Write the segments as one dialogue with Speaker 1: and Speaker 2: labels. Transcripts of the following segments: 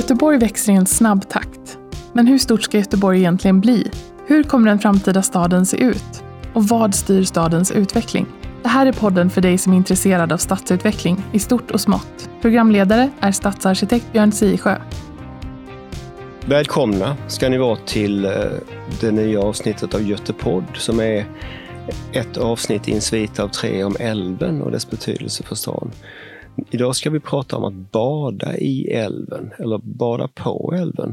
Speaker 1: Göteborg växer i en snabb takt. Men hur stort ska Göteborg egentligen bli? Hur kommer den framtida staden se ut? Och vad styr stadens utveckling? Det här är podden för dig som är intresserad av stadsutveckling i stort och smått. Programledare är stadsarkitekt Björn Sisjö.
Speaker 2: Välkomna ska ni vara till det nya avsnittet av Götepodd som är ett avsnitt i en svit av 3 om älven och dess betydelse för stan. Idag ska vi prata om att bada i älven eller bada på älven.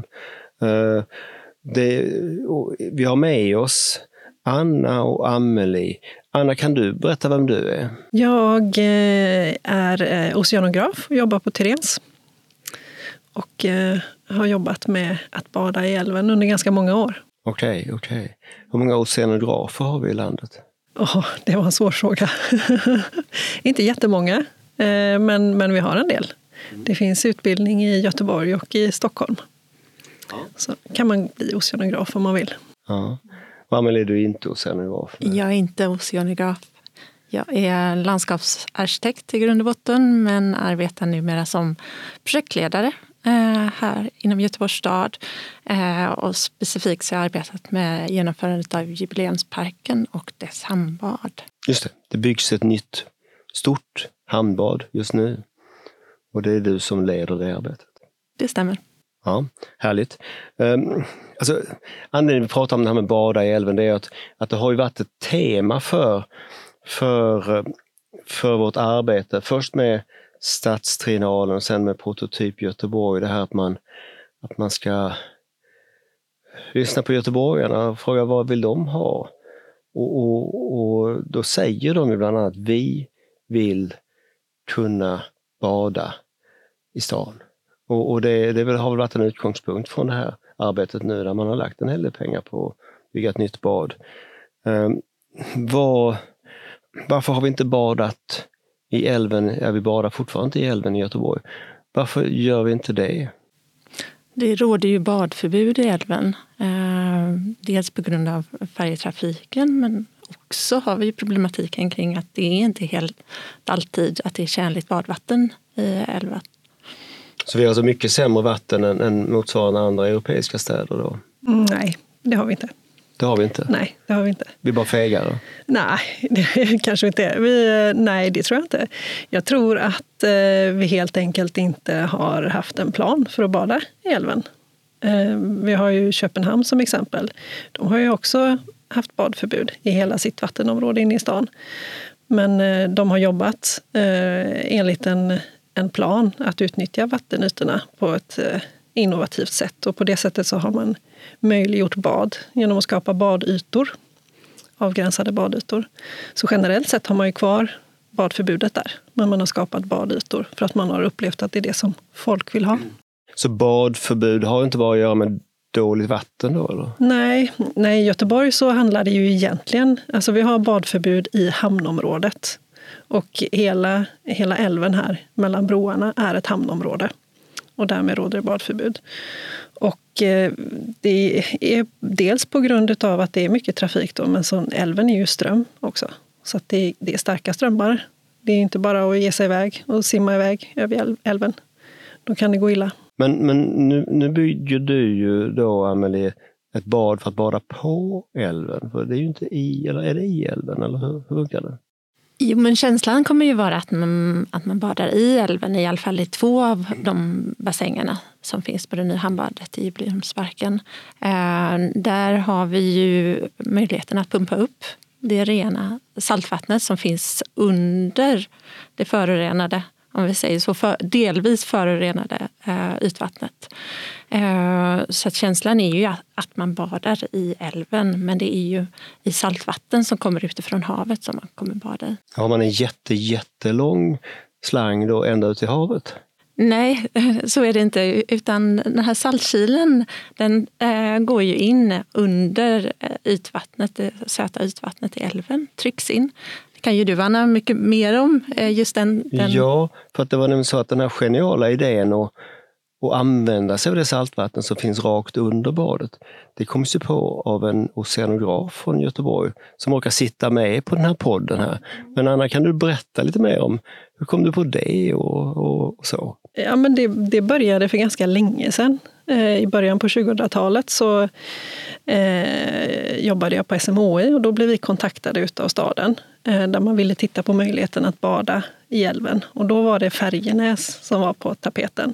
Speaker 2: Vi har med oss Anna och Amelie. Anna, kan du berätta vem du är?
Speaker 3: Jag är oceanograf och jobbar på Therens. Och har jobbat med att bada i älven under ganska många år.
Speaker 2: Okej. Hur många oceanografer har vi i landet?
Speaker 3: Det var en svår fråga. Inte jättemånga, men vi har en del. Det finns utbildning i Göteborg och i Stockholm. Ja. Så kan man bli oceanograf om man vill.
Speaker 2: Ja. Amelie, är du inte oceanograf?
Speaker 4: Jag är inte oceanograf. Jag är landskapsarkitekt i grund och botten, men arbetar numera som projektledare här inom Göteborgs stad. Och specifikt så har jag arbetat med genomförandet av jubileumsparken och dess hamnbad.
Speaker 2: Just det, det byggs ett nytt stort hamnbad just nu. Och det är du som leder det arbetet.
Speaker 4: Det stämmer.
Speaker 2: Ja, härligt. Anledningen vi pratar om det här med bada i älven, det är att det har ju varit ett tema för vårt arbete. Först med Stadstriennalen och sen med Prototyp Göteborg. Det här att man ska lyssna på göteborgarna och fråga vad vill de ha. Och då säger de ju bland annat att vi vill kunna bada i stan. Och det har väl varit en utgångspunkt från det här arbetet nu där man har lagt en hel del pengar på att bygga ett nytt bad. Varför har vi inte badat i älven? Ja, vi badar fortfarande inte i älven i Göteborg. Varför gör vi inte det?
Speaker 4: Det råder ju badförbud i älven. Dels på grund av färjetrafiken, men också har vi problematiken kring att det är inte helt alltid att det är tjänligt badvatten i älven. Så
Speaker 2: vi har alltså mycket sämre vatten än motsvarande andra europeiska städer då?
Speaker 3: Nej, det har vi inte.
Speaker 2: Det har vi inte?
Speaker 3: Nej, det har vi inte.
Speaker 2: Vi är bara fegare?
Speaker 3: Nej, det kanske inte är. Nej, det tror jag inte. Jag tror att vi helt enkelt inte har haft en plan för att bada i älven. Vi har ju Köpenhamn som exempel. De har ju också haft badförbud i hela sitt vattenområde inne i stan. Men de har jobbat enligt en plan att utnyttja vattenytorna på ett innovativt sätt. Och på det sättet så har man möjliggjort bad genom att skapa badytor, avgränsade badytor. Så generellt sett har man ju kvar badförbudet där. Men man har skapat badytor för att man har upplevt att det är det som folk vill ha.
Speaker 2: Så badförbud har inte bara att göra med dåligt vatten då, eller?
Speaker 3: Nej, i Göteborg så handlar det ju egentligen, alltså vi har badförbud i hamnområdet. Och hela älven här mellan broarna är ett hamnområde. Och därmed råder det badförbud. Och det är dels på grund av att det är mycket trafik då, men så älven är ju ström också. Så att det är starka strömmar. Det är inte bara att ge sig iväg och simma iväg över älven. Då kan det gå illa.
Speaker 2: Men nu bygger du ju då, Amelie, ett bad för att bada på älven. För det är ju inte i, eller är det i älven, eller hur funkar det?
Speaker 4: Jo, men känslan kommer ju vara att man badar i älven, i alla fall i 2 av de bassängerna som finns på det nya hamnbadet i jubileumsparken. Där har vi ju möjligheten att pumpa upp det rena saltvattnet som finns under det förorenade, om vi säger så, delvis förorenade ytvattnet. Så att känslan är ju att man badar i älven, men det är ju i saltvatten som kommer utifrån havet som man kommer bada i.
Speaker 2: Har man en jättelång slang då ända ut i havet?
Speaker 4: Nej, så är det inte, utan den här saltkilen den går ju in under ytvattnet, det söta ytvattnet i älven, trycks in. Det kan ju du, Anna, mycket mer om just den.
Speaker 2: Ja, för att det var nämligen så att den här geniala idén och använda sig av det saltvatten som finns rakt under badet. Det kom ju på av en oceanograf från Göteborg som råkar sitta med på den här podden här. Men Anna, kan du berätta lite mer om hur kom du på det och så?
Speaker 3: Ja, men det började för ganska länge sedan. I början på 2000-talet så jobbade jag på SMHI och då blev vi kontaktade utav staden där man ville titta på möjligheten att bada i älven. Och då var det Färjenäs som var på tapeten.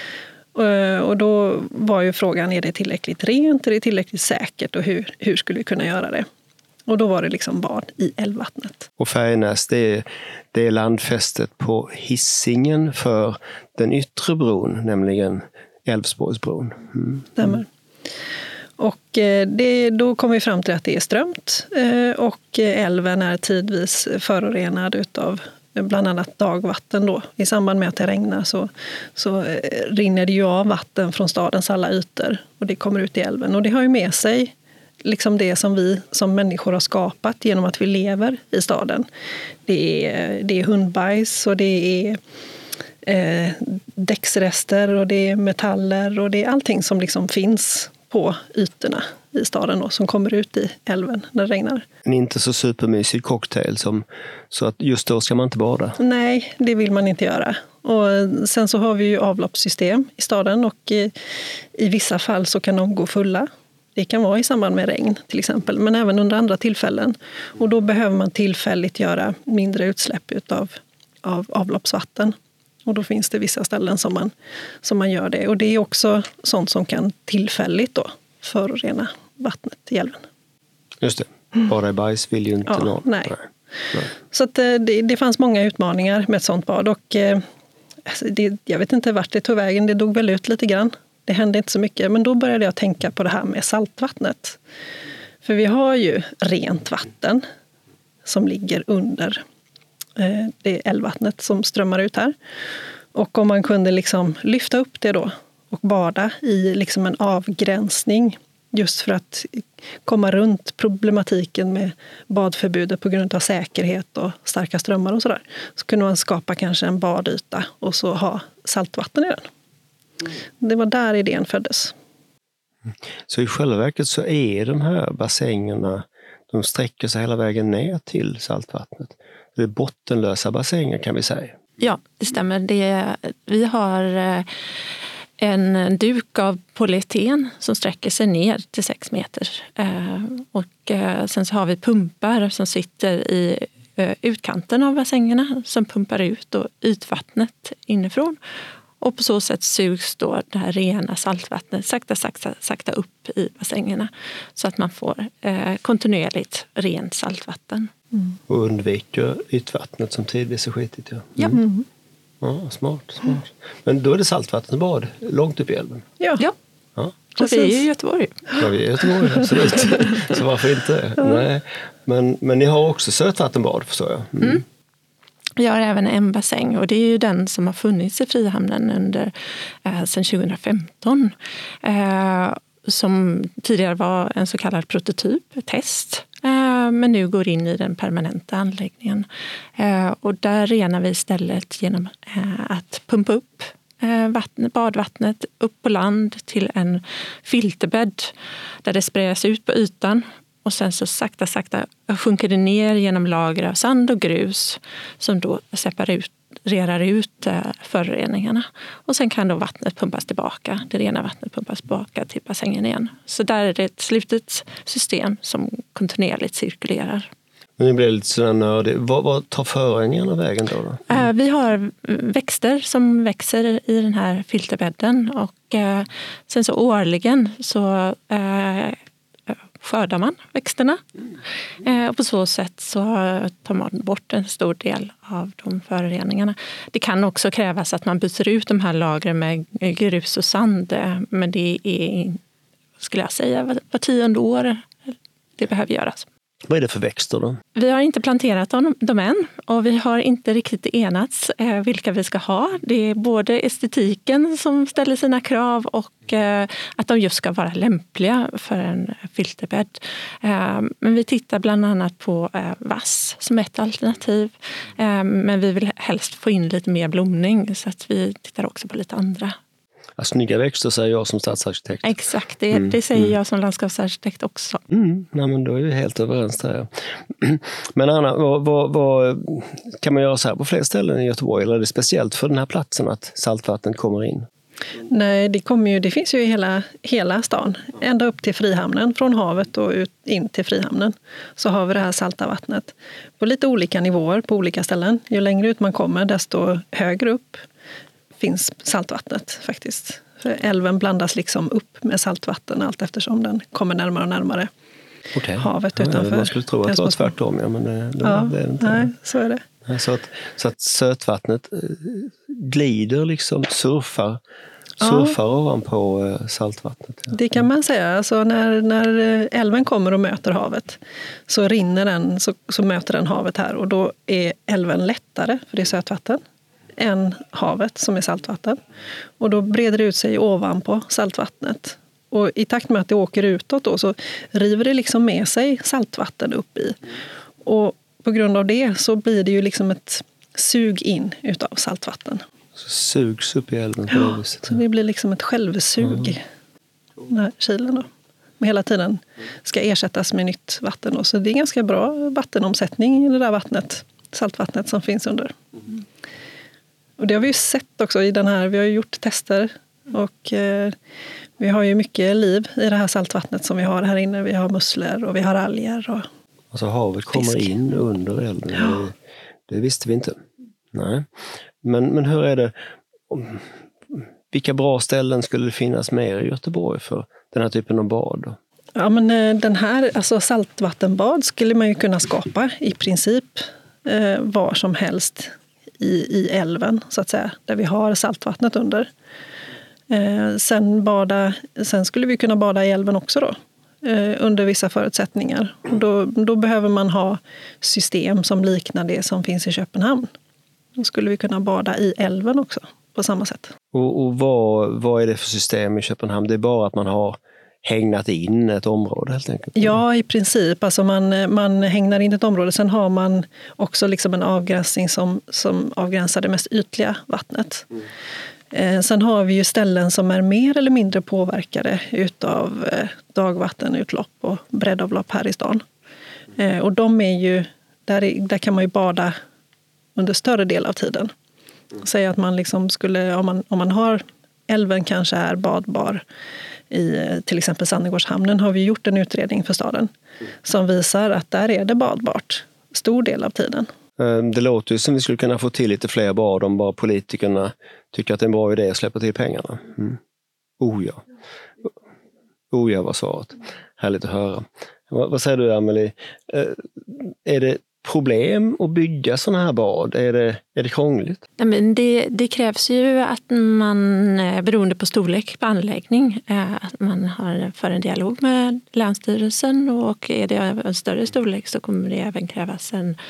Speaker 3: Och då var ju frågan, är det tillräckligt rent, är det tillräckligt säkert och hur skulle vi kunna göra det? Och då var det liksom bad i älvvattnet.
Speaker 2: Och Färjenäs, det är landfästet på Hisingen för den yttre bron, nämligen Älvsborgsbron.
Speaker 3: Stämmer. Och då kom vi fram till att det är strömt och älven är tidvis förorenad utav bland annat dagvatten då. I samband med att det regnar så rinner det ju av vatten från stadens alla ytor och det kommer ut i älven. Och det har ju med sig liksom det som vi som människor har skapat genom att vi lever i staden. Det är hundbajs och det är däcksrester och det är metaller och det är allting som liksom finns på ytorna i staden då, som kommer ut i älven när det regnar.
Speaker 2: En inte så supermysig cocktail så att just då ska man inte bada.
Speaker 3: Nej, det vill man inte göra. Och sen så har vi ju avloppssystem i staden och i vissa fall så kan de gå fulla. Det kan vara i samband med regn till exempel, men även under andra tillfällen. Och då behöver man tillfälligt göra mindre utsläpp av avloppsvatten. Och då finns det vissa ställen som man gör det. Och det är också sånt som kan tillfälligt då förorena vattnet i älven.
Speaker 2: Just det. Bara i bajs vill ju inte någon.
Speaker 3: Nej. Så att det fanns många utmaningar med ett sånt bad. Och jag vet inte vart det tog vägen. Det dog väl ut lite grann. Det hände inte så mycket. Men då började jag tänka på det här med saltvattnet. För vi har ju rent vatten som ligger under det älvvattnet som strömmar ut här. Och om man kunde liksom lyfta upp det då och bada i liksom en avgränsning just för att komma runt problematiken med badförbudet på grund av säkerhet och starka strömmar och sådär. Så kunde man skapa kanske en badyta och så ha saltvatten i den. Det var där idén föddes.
Speaker 2: Så i själva verket så är de här bassängerna, de sträcker sig hela vägen ner till saltvattnet. Det är bottenlösa bassänger kan vi säga.
Speaker 4: Ja, det stämmer. Vi har en duk av polyeten som sträcker sig ner till 6 meter. Och sen så har vi pumpar som sitter i utkanten av bassängerna som pumpar ut då ytvattnet inifrån. Och på så sätt sugs då det här rena saltvattnet sakta upp i bassängerna så att man får kontinuerligt rent saltvatten.
Speaker 2: Och undviker ytvattnet som tidvis är skitigt. Ja. Ja, smart. Men då är det saltvattenbad långt upp i älven.
Speaker 3: Ja.
Speaker 4: Och vi är i Göteborg.
Speaker 2: Ja, vi är i Göteborg, absolut. Så varför inte? Nej. Men ni har också sötvattenbad, förstår jag.
Speaker 4: Vi har även en bassäng och det är ju den som har funnits i Frihamnen sedan 2015. Som tidigare var en så kallad prototyp, ett test. Men nu går in i den permanenta anläggningen. Och där renar vi istället genom att pumpa upp badvattnet upp på land till en filterbädd där det sprayas ut på ytan. Och sen så sakta sjunker det ner genom lager av sand och grus som då separerar ut föroreningarna. Och sen kan då vattnet pumpas tillbaka, det rena vattnet pumpas tillbaka till bassängen igen. Så där är det ett slutet system som kontinuerligt cirkulerar.
Speaker 2: Men det blir lite sådär nördigt. Vad tar föroreningarna vägen då?
Speaker 4: Vi har växter som växer i den här filterbädden och sen så årligen så skördar man växterna. Och på så sätt så tar man bort en stor del av de föroreningarna. Det kan också krävas att man byter ut de här lagren med grus och sand. Men det är, skulle jag säga, var 10:e år det behöver göras.
Speaker 2: Vad är det för växter då?
Speaker 4: Vi har inte planterat dem än och vi har inte riktigt enats vilka vi ska ha. Det är både estetiken som ställer sina krav och att de just ska vara lämpliga för en filterbädd. Men vi tittar bland annat på vass som ett alternativ. Men vi vill helst få in lite mer blomning så att vi tittar också på lite andra.
Speaker 2: snygga växter säger jag som stadsarkitekt.
Speaker 4: Exakt, det säger jag som landskapsarkitekt också.
Speaker 2: Nej, men då är vi helt överens där. Men Anna, vad kan man göra så här på fler ställen i Göteborg? Eller är det speciellt för den här platsen att saltvatten kommer in?
Speaker 3: Nej, det finns ju i hela stan. Ända upp till Frihamnen, från havet och ut in till Frihamnen. Så har vi det här salta vattnet på lite olika nivåer på olika ställen. Ju längre ut man kommer, desto högre upp finns saltvattnet faktiskt. För älven blandas liksom upp med saltvatten allt eftersom den kommer närmare och närmare havet utanför.
Speaker 2: Man skulle tro att det var tvärtom, men det är inte.
Speaker 3: Nej, så är det.
Speaker 2: Så att sötvattnet glider liksom, surfar ovanpå saltvattnet. Ja.
Speaker 3: Det kan man säga. Alltså när älven kommer och möter havet så rinner den, så möter den havet här. Och då är älven lättare, för det är sötvatten, än havet som är saltvatten. Och då breder det ut sig ovanpå saltvattnet. Och i takt med att det åker utåt då, så river det liksom med sig saltvatten upp i. Och på grund av det så blir det ju liksom ett sug in utav saltvatten.
Speaker 2: Så sugs upp i älven på det viset.
Speaker 3: Så det blir liksom ett självsug. Den här kilen då. Men hela tiden ska ersättas med nytt vatten då. Så det är ganska bra vattenomsättning i det där vattnet. Saltvattnet som finns under. Och det har vi ju sett också i den här. Vi har ju gjort tester. Och vi har ju mycket liv i det här saltvattnet som vi har här inne. Vi har musslor och vi har alger och
Speaker 2: alltså havet kommer in under elden. Ja. Det visste vi inte. Nej. Men hur är det? Vilka bra ställen skulle det finnas mer i Göteborg för den här typen av bad då?
Speaker 3: Ja, men den här, alltså saltvattenbad skulle man ju kunna skapa i princip var som helst i älven så att säga, där vi har saltvattnet under. Sen skulle vi kunna bada i älven också då. Under vissa förutsättningar. Och då behöver man ha system som liknar det som finns i Köpenhamn. Då skulle vi kunna bada i älven också på samma sätt.
Speaker 2: Och vad är det för system i Köpenhamn? Det är bara att man har hägnat in ett område helt enkelt?
Speaker 3: Ja, i princip. Alltså man hägnar in ett område. Sen har man också liksom en avgränsning som avgränsar det mest ytliga vattnet. Sen har vi ju ställen som är mer eller mindre påverkade utav dagvattenutlopp och breddavlopp här i stan. Och de är ju, där kan man ju bada under större del av tiden. Säg att man liksom skulle, om man har älven kanske är badbar i till exempel Sandegårdshamnen, har vi gjort en utredning för staden som visar att där är det badbart stor del av tiden.
Speaker 2: Det låter ju som vi skulle kunna få till lite fler bad om bara politikerna tycker att det är en bra idé att släppa till pengarna. Oh ja var svaret. Härligt att höra. Vad säger du, Amelie? Är det problem att bygga sådana här bad? Är det krångligt?
Speaker 4: Nej, men det krävs ju att man, beroende på storlek på anläggning, att man för en dialog med Länsstyrelsen, och är det en större storlek så kommer det även krävas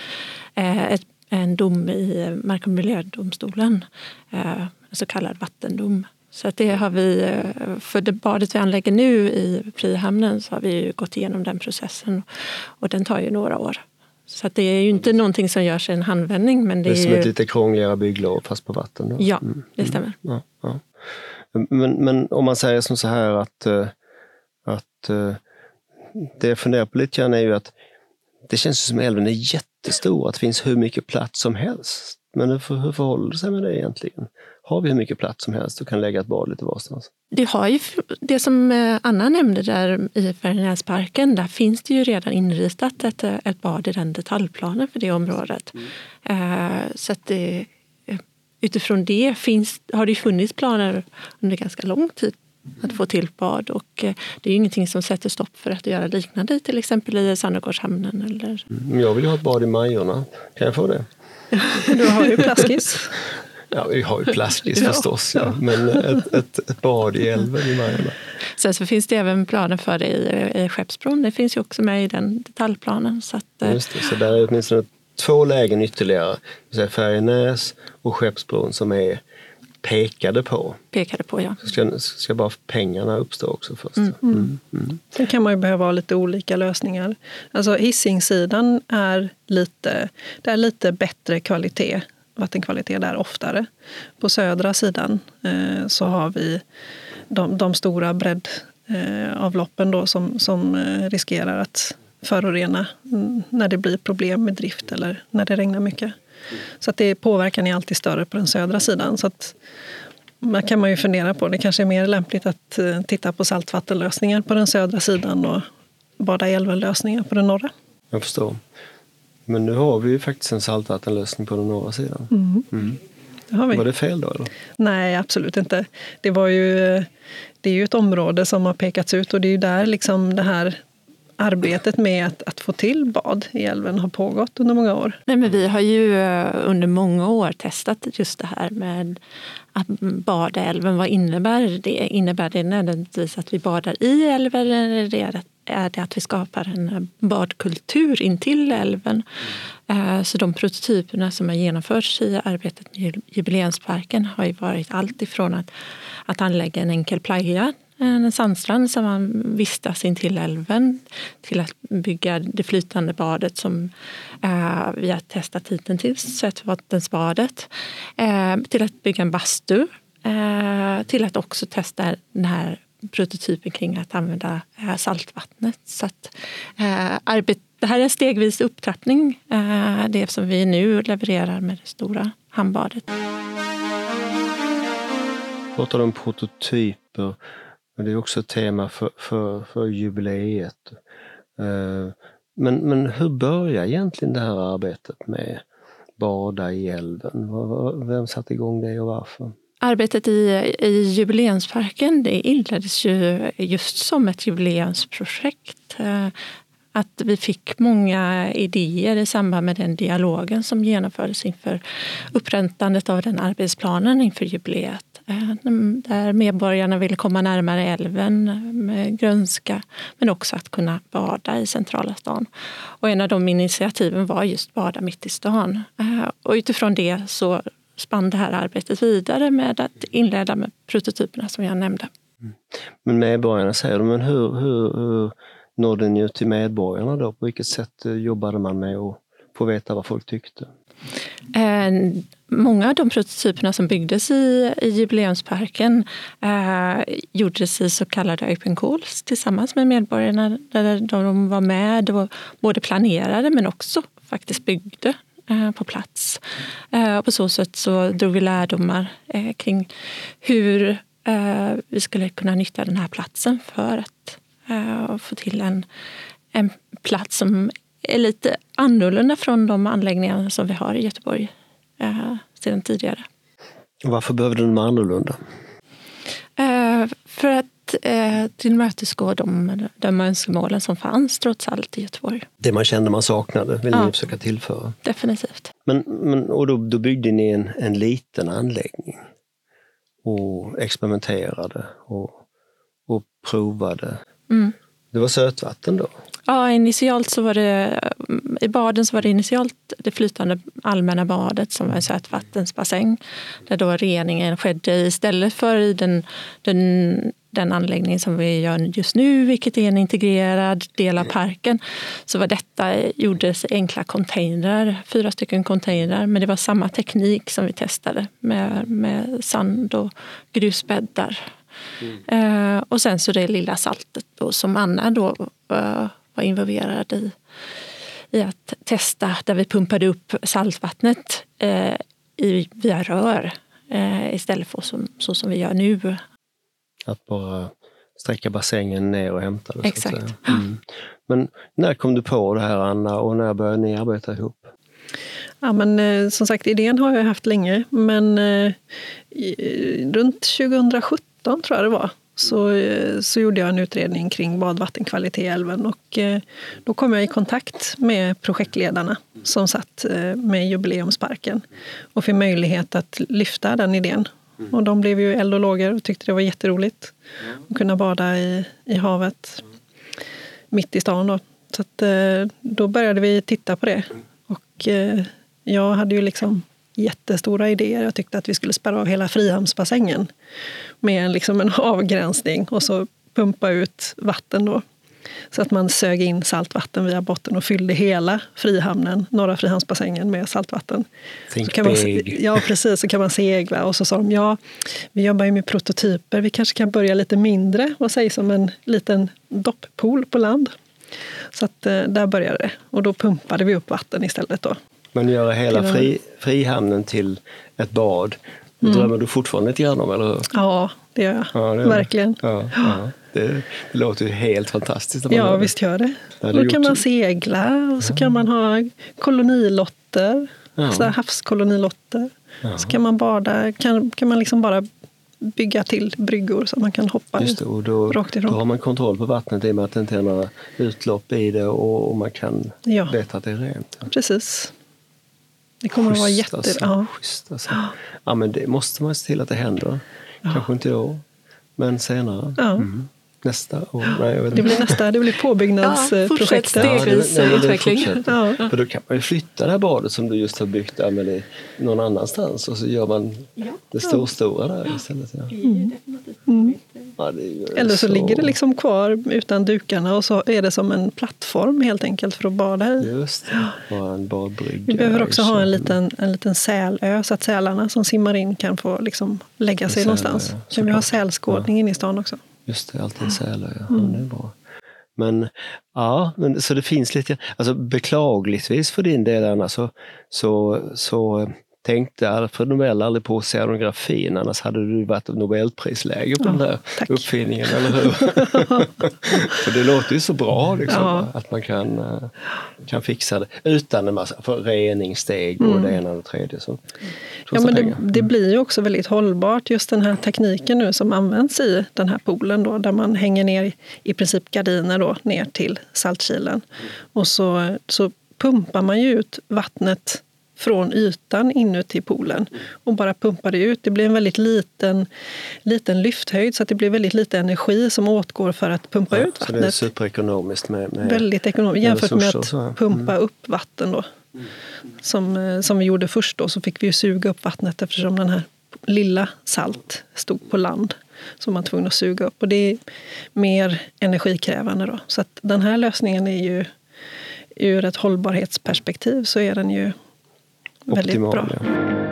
Speaker 4: en dom i Mark- och miljödomstolen, en så kallad vattendom. Så att det har vi, för det badet vi anlägger nu i Frihamnen, så har vi ju gått igenom den processen, och den tar ju några år. Så att det är ju inte någonting som görs i en handvändning. Men det är
Speaker 2: som
Speaker 4: ju
Speaker 2: ett lite krångligare bygglov fast på vatten då.
Speaker 4: Ja, det stämmer.
Speaker 2: Ja. Men om man säger som så här att det jag funderar på lite grann är ju att det känns som älven är jättestor, att det finns hur mycket plats som helst. Men hur förhåller det sig med det egentligen? Har vi hur mycket plats som helst och kan lägga ett bad lite varstans?
Speaker 4: Det har ju det som Anna nämnde där i Färinäsparken, där finns det ju redan inritat ett bad i den detaljplanen för det området. Så att utifrån det har det funnits planer under ganska lång tid att få till bad, och det är ju ingenting som sätter stopp för att göra liknande till exempel i Sandegårdshamnen. Eller...
Speaker 2: Jag vill ju ha ett bad i Majorna. Kan jag få det?
Speaker 3: Du har ju plaskis.
Speaker 2: Ja, vi har ju plaskis förstås, ja. Men ett bad i älven i Majorna.
Speaker 4: Sen så finns det även planer för det i Skeppsbron. Det finns ju också med i den detaljplanen. Så att,
Speaker 2: just det, så där är åtminstone 2 lägen ytterligare. Färinäs och Skeppsbron som är pekade på, ja. Så ska bara pengarna uppstå också först.
Speaker 3: Sen kan man ju behöva ha lite olika lösningar. Alltså Hisingssidan är lite bättre kvalitet vattenkvalitet där oftare. På södra sidan så har vi de stora breddavloppen då som riskerar att förorena när det blir problem med drift eller när det regnar mycket. Så att påverkan är alltid större på den södra sidan. Så att man kan man ju fundera på, det kanske är mer lämpligt att titta på saltvattenlösningar på den södra sidan och bada i älven-lösningar på den norra.
Speaker 2: Jag förstår. Men nu har vi ju faktiskt en saltvattenlösning på den norra sidan.
Speaker 3: Det har vi.
Speaker 2: Var det fel då? Eller?
Speaker 3: Nej, absolut inte. Det är ju ett område som har pekats ut och det är ju där liksom det här arbetet med att få till bad i älven har pågått under många år.
Speaker 4: Nej, men vi har ju under många år testat just det här med att bada i älven. Vad innebär det? Innebär det nödvändigtvis att vi badar i älven eller är det att vi skapar en badkultur intill älven? Så de prototyperna som har genomförts i arbetet med Jubileumsparken har ju varit allt ifrån att anlägga en enkel playa, en sandstrand som man vistas in till älven, till att bygga det flytande badet som vi har testat hittills, sötvattensbadet, till att bygga en bastu, till att också testa den här prototypen kring att använda saltvattnet. Så att det här är en stegvis upptrappning, det som vi nu levererar med det stora hamnbadet.
Speaker 2: Pratar om prototyper. Det är också ett tema för jubileet. Men hur börjar egentligen det här arbetet med bada i älven? Vem satte igång det och varför?
Speaker 4: Arbetet i Jubileumsparken det inleddes ju just som ett jubileumsprojekt. Att vi fick många idéer i samband med den dialogen som genomfördes inför upprättandet av den arbetsplanen inför jubileet. Där medborgarna ville komma närmare älven med grönska men också att kunna bada i centrala stan. Och en av de initiativen var just bada mitt i stan. Och utifrån det så spann det här arbetet vidare med att inleda med prototyperna som jag nämnde.
Speaker 2: Men medborgarna säger men hur nådde ni ut till medborgarna då? På vilket sätt jobbade man med att få veta vad folk tyckte?
Speaker 4: Många av de prototyperna som byggdes i Jubileumsparken gjordes i så kallade open calls tillsammans med medborgarna där de var med och både planerade men också faktiskt byggde på plats. På så sätt så drog vi lärdomar kring hur vi skulle kunna nyttja den här platsen för att få till en plats som är lite annorlunda från de anläggningar som vi har i Göteborg sedan tidigare.
Speaker 2: Varför behövde den vara annorlunda?
Speaker 4: För att tillmötesgå de önskemålen som fanns trots allt i Göteborg. Det
Speaker 2: man kände man saknade vill ni försöka tillföra?
Speaker 4: Definitivt.
Speaker 2: Och då byggde ni en liten anläggning och experimenterade och provade. Det var sötvatten då?
Speaker 4: Ja, initialt så var det i baden så var det initialt det flytande allmänna badet som var en sötvattensbassäng där då reningen skedde istället för i den anläggning som vi gör just nu, vilket är en integrerad del av parken. Så var detta gjordes enkla containrar, 4 stycken containrar, men det var samma teknik som vi testade med sand och grusbäddar. Och sen så det lilla saltet då, som Anna då var involverad i att testa, där vi pumpade upp saltvattnet via rör istället för så som vi gör nu. Att
Speaker 2: bara sträcka bassängen ner och hämta det.
Speaker 4: Exakt.
Speaker 2: Så att säga. Men när kom du på det här, Anna, och när började ni arbeta ihop?
Speaker 3: Ja, men som sagt, idén har jag haft länge, men runt 2017 tror jag det var, så gjorde jag en utredning kring badvattenkvalitet i älven och då kom jag i kontakt med projektledarna som satt med Jubileumsparken och fick möjlighet att lyfta den idén. Och de blev ju eld och lågor och tyckte det var jätteroligt att kunna bada i havet mitt i stan då. Så att, då började vi titta på det och jag hade ju liksom jättestora idéer. Jag tyckte att vi skulle spärra av hela Frihamnsbassängen med liksom en avgränsning och så pumpa ut vatten då. Så att man sög in saltvatten via botten och fyllde hela Frihamnen, norra Frihamnsbassängen med saltvatten.
Speaker 2: Think
Speaker 3: så kan
Speaker 2: big.
Speaker 3: Man, ja, precis. Så kan man segla. Och så sa de, vi jobbar ju med prototyper. Vi kanske kan börja lite mindre. Vad sägs som en liten dopppool på land. Så att där började det. Och då pumpade vi upp vatten istället då.
Speaker 2: Men göra hela Frihamnen till ett bad. Det drömmer du fortfarande lite grann om, eller hur?
Speaker 3: Ja, det gör jag.
Speaker 2: Ja, det gör
Speaker 3: verkligen.
Speaker 2: Ja. Det låter ju helt fantastiskt.
Speaker 3: Ja, visst gör det. Då kan man segla och så kan man ha kolonilotter, havskolonilotter. Ja. Så kan man bada, kan man liksom bara bygga till bryggor så man kan hoppa
Speaker 2: Just det, och då,
Speaker 3: rakt ifrån.
Speaker 2: Då har man kontroll på vattnet i och med att det inte är några utlopp i det och man kan veta att det är rent. Ja.
Speaker 3: Precis. Det kommer att vara
Speaker 2: Schysst, alltså. Ja, men det måste man se till att det händer. Kanske inte då, men senare.
Speaker 3: Ja.
Speaker 2: Nästa år. Nej, jag vet
Speaker 3: det blir påbyggnadsprojektet.
Speaker 4: Stegvis utveckling.
Speaker 2: För då kan man ju flytta det här badet som du just har byggt där med någon annanstans och så gör man det stora där istället. Ja. Ja,
Speaker 3: eller så ligger det liksom kvar utan dukarna och så är det som en plattform helt enkelt för att bada i.
Speaker 2: Just det, bara en badbrygga.
Speaker 3: Vi behöver också ha en liten sälö så att sälarna som simmar in kan få liksom lägga sig någonstans. Så vi har sälskådning inne i stan också.
Speaker 2: Just det, alltid en sälö. Ja, det är bra. Men så det finns lite, alltså beklagligtvis för din del annars så tänkte Alfred Nobel aldrig på oceanografin, annars hade du varit Nobelprisläge på den där uppfinningen, eller hur? För det låter ju så bra liksom, att man kan fixa det utan en massa reningssteg och det ena och det tredje. Så,
Speaker 3: men det blir ju också väldigt hållbart, just den här tekniken nu som används i den här poolen då, där man hänger ner i princip gardiner då, ner till saltkilen. Och så pumpar man ju ut vattnet från ytan inuti poolen och bara pumpar det ut. Det blir en väldigt liten lyfthöjd så att det blir väldigt lite energi som åtgår för att pumpa ut vattnet.
Speaker 2: Så det är superekonomiskt med
Speaker 3: väldigt ekonomiskt jämfört med att pumpa upp vatten då. Som vi gjorde först då, så fick vi ju suga upp vattnet eftersom den här lilla salt stod på land som man var tvungen att suga upp, och det är mer energikrävande då. Så att den här lösningen är ju ur ett hållbarhetsperspektiv så är den ju väldigt optimal, bra. Ja.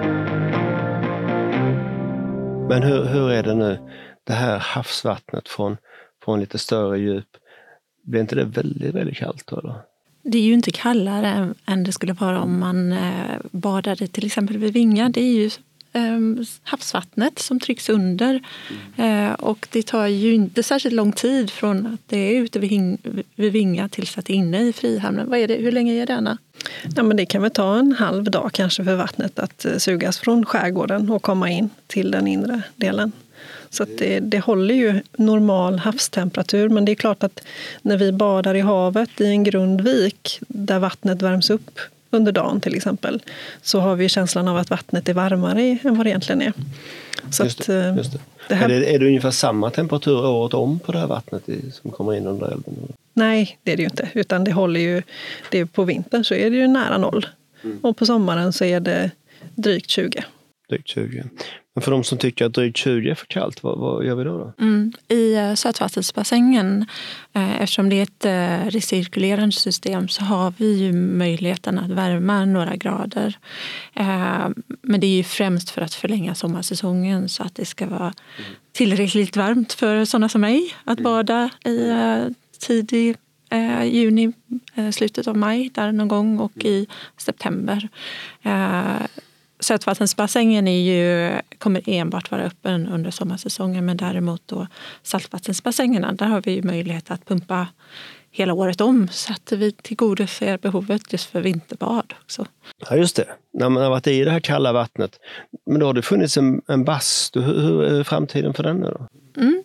Speaker 2: Men hur är det nu? Det här havsvattnet från lite större djup, blir inte det väldigt, väldigt kallt då? Eller?
Speaker 4: Det är ju inte kallare än det skulle vara om man badade till exempel vid Vinga. Det är ju havsvattnet som trycks under och det tar ju inte särskilt lång tid från att det är ute vid Vinga tills att det är inne i Frihamnen. Hur länge är det, Anna?
Speaker 3: Ja, men det kan väl ta en halv dag kanske för vattnet att sugas från skärgården och komma in till den inre delen. Så att det håller ju normal havstemperatur, men det är klart att när vi badar i havet i en grundvik där vattnet värms upp under dagen till exempel, så har vi känslan av att vattnet är varmare än vad det egentligen är. Så
Speaker 2: just det. Det här... är det ungefär samma temperatur året om på det här vattnet som kommer in under elden?
Speaker 3: Nej, det är det ju inte. Utan det håller ju, på vintern så är det ju nära noll. Och på sommaren så är det drygt 20.
Speaker 2: Drygt 20. Men för de som tycker att drygt 20 är för kallt, vad gör vi då?
Speaker 4: I sötvattensbassängen, eftersom det är ett recirkulerande system, så har vi ju möjligheten att värma några grader. Men det är ju främst för att förlänga sommarsäsongen så att det ska vara tillräckligt varmt för sådana som mig att bada i tidig juni, slutet av maj där någon gång, och i september. Sötvattensbassängen kommer enbart vara öppen under sommarsäsongen, men däremot då saltvattensbassängerna, där har vi ju möjlighet att pumpa hela året om så att vi tillgodoser behovet just för vinterbad också.
Speaker 2: Ja, just det. När man har varit i det här kalla vattnet, men då har det funnits en bastu. Hur är framtiden för den nu då?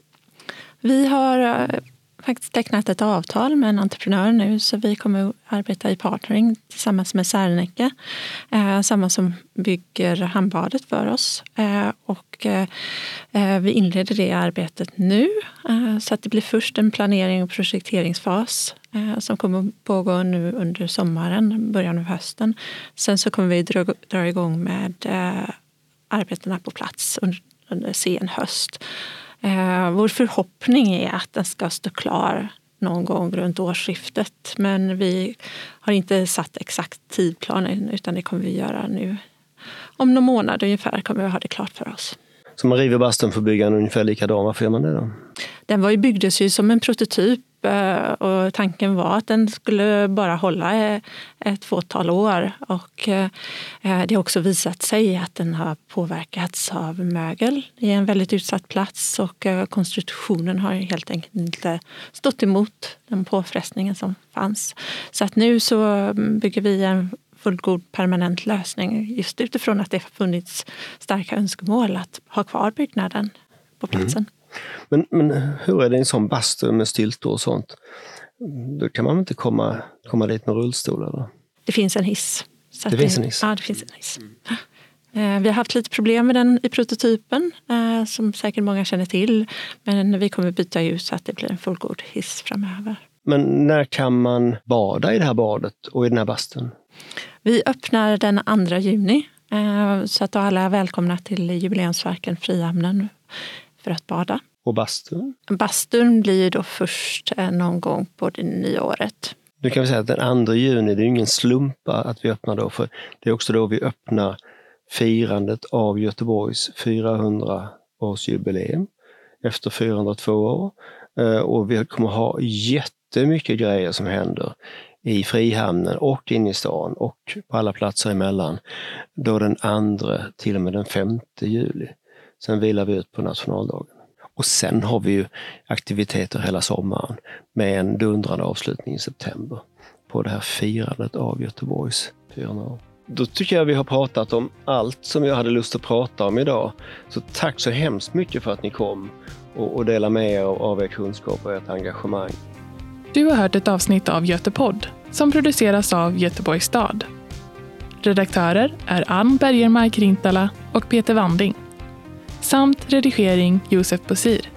Speaker 4: Vi har faktiskt tecknat ett avtal med en entreprenör nu, så vi kommer att arbeta i partnering tillsammans med Särnäcke, samma som bygger hamnbadet för oss, och vi inleder det arbetet nu, så att det blir först en planering och projekteringsfas som kommer att pågå nu under sommaren, början av hösten. Sen så kommer vi dra igång med arbetena på plats under sen höst. Vår förhoppning är att den ska stå klar någon gång runt årsskiftet. Men vi har inte satt exakt tidplanen, utan det kommer vi göra nu. Om någon månad ungefär kommer vi ha det klart för oss.
Speaker 2: Så man river bastun för att bygga en ungefär likadan. Varför gör man det då?
Speaker 4: Den byggdes ju som en prototyp och tanken var att den skulle bara hålla ett fåtal år. Och det har också visat sig att den har påverkats av mögel i en väldigt utsatt plats. Och konstruktionen har helt enkelt inte stått emot den påfrestningen som fanns. Så att nu så bygger vi en fullgod permanent lösning just utifrån att det har funnits starka önskemål att ha kvar byggnaden på platsen.
Speaker 2: Men hur är det i en sån bastu med styltor och sånt? Då kan man inte komma dit med rullstol eller?
Speaker 4: Det finns en hiss.
Speaker 2: Det finns en hiss?
Speaker 4: Ja, det finns en hiss. Vi har haft lite problem med den i prototypen som säkert många känner till. Men vi kommer byta ut så att det blir en fullgod hiss framöver.
Speaker 2: Men när kan man bada i det här badet och i den här bastun?
Speaker 4: Vi öppnar den 2 juni så att alla är välkomna till Jubileumsparken Frihamnen för att bada.
Speaker 2: Och bastun?
Speaker 4: Bastun blir då först någon gång på det nya året.
Speaker 2: Nu kan vi säga att den 2 juni, det är ingen slumpa att vi öppnar då. För det är också då vi öppnar firandet av Göteborgs 400-årsjubileum efter 402 år. Och vi kommer ha jättemycket grejer som händer i Frihamnen och inne i stan och på alla platser emellan. Då den 2 till och med den 5 juli. Sen vilar vi ut på nationaldagen. Och sen har vi ju aktiviteter hela sommaren med en dundrande avslutning i september på det här firandet av Göteborgs 400 år. Då tycker jag vi har pratat om allt som jag hade lust att prata om idag. Så tack så hemskt mycket för att ni kom och delade med er av er kunskap och ert engagemang.
Speaker 1: Du har hört ett avsnitt av Götepodd som produceras av Göteborgs stad. Redaktörer är Ann Bergermark Rintala och Peter Wanding. Samt redigering Josef Bosir.